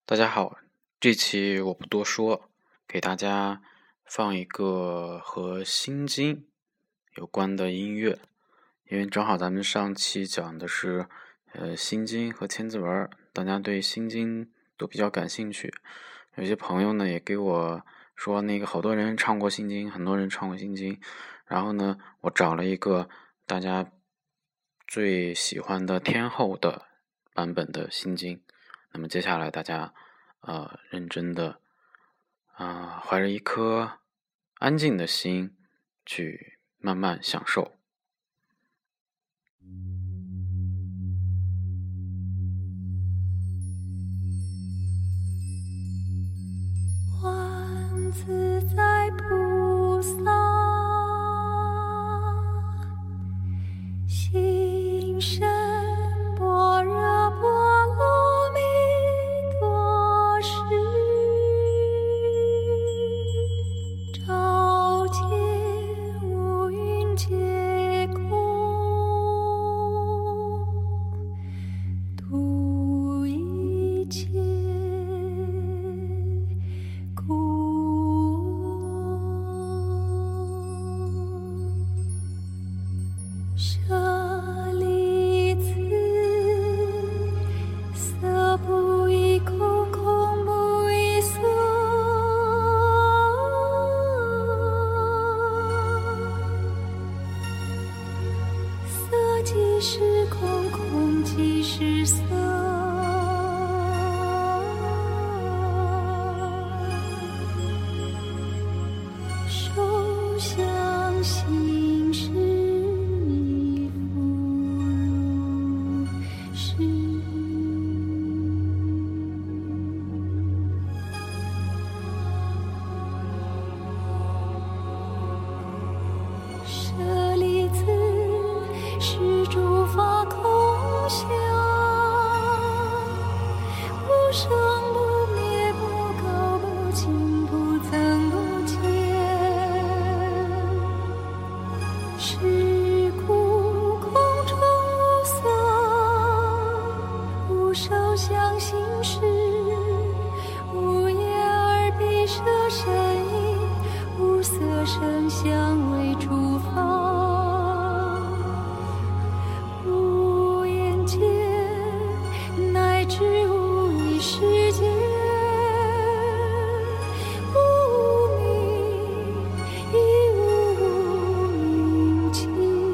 大家好，这期我不多说，给大家放一个和心经有关的音乐，因为正好咱们上期讲的是心经和千字文，大家对心经都比较感兴趣。有些朋友呢也给我说，好多人唱过心经，很多人唱过心经，然后呢我找了一个大家最喜欢的天后的版本的心经。那么接下来大家认真的怀着一颗安静的心去慢慢享受。 观自在菩萨心深般若波罗蜜多时，照见五蕴皆空，度一切舍利子，色不异空，空不异色，色即是空，空即是色。受想行识亦复如是。舍利子，是诸法空相，不生不灭，不垢不净，不增不减。是故空中无色，无受想行识，无眼耳鼻舌身意，无色声香味触法，无眼界，乃至无意识界，无明，亦无明尽，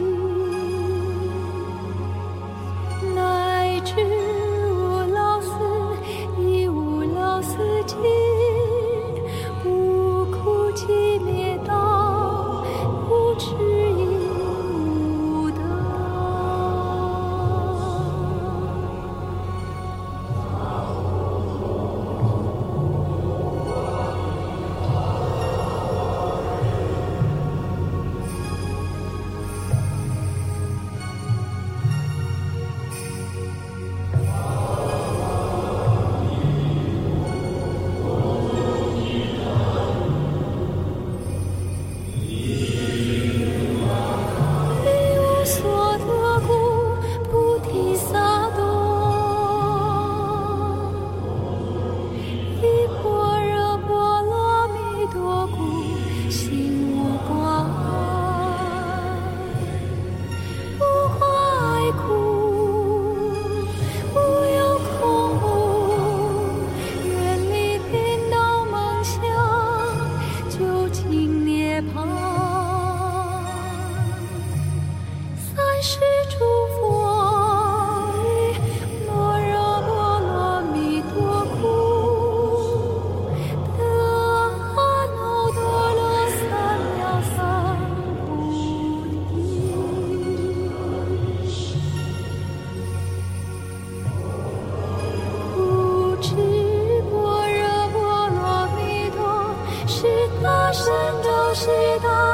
乃至无老死，亦无老死尽，无苦集灭道，无智亦无得。一无所得故，菩提萨埵；一般若波罗蜜多故，心无挂碍。无挂碍故，无有空无，远离颠倒梦想，究竟涅槃。三世诸佛以般若波罗蜜多故，得阿耨多罗三藐三菩提。故知般若波罗蜜多是大神咒，是大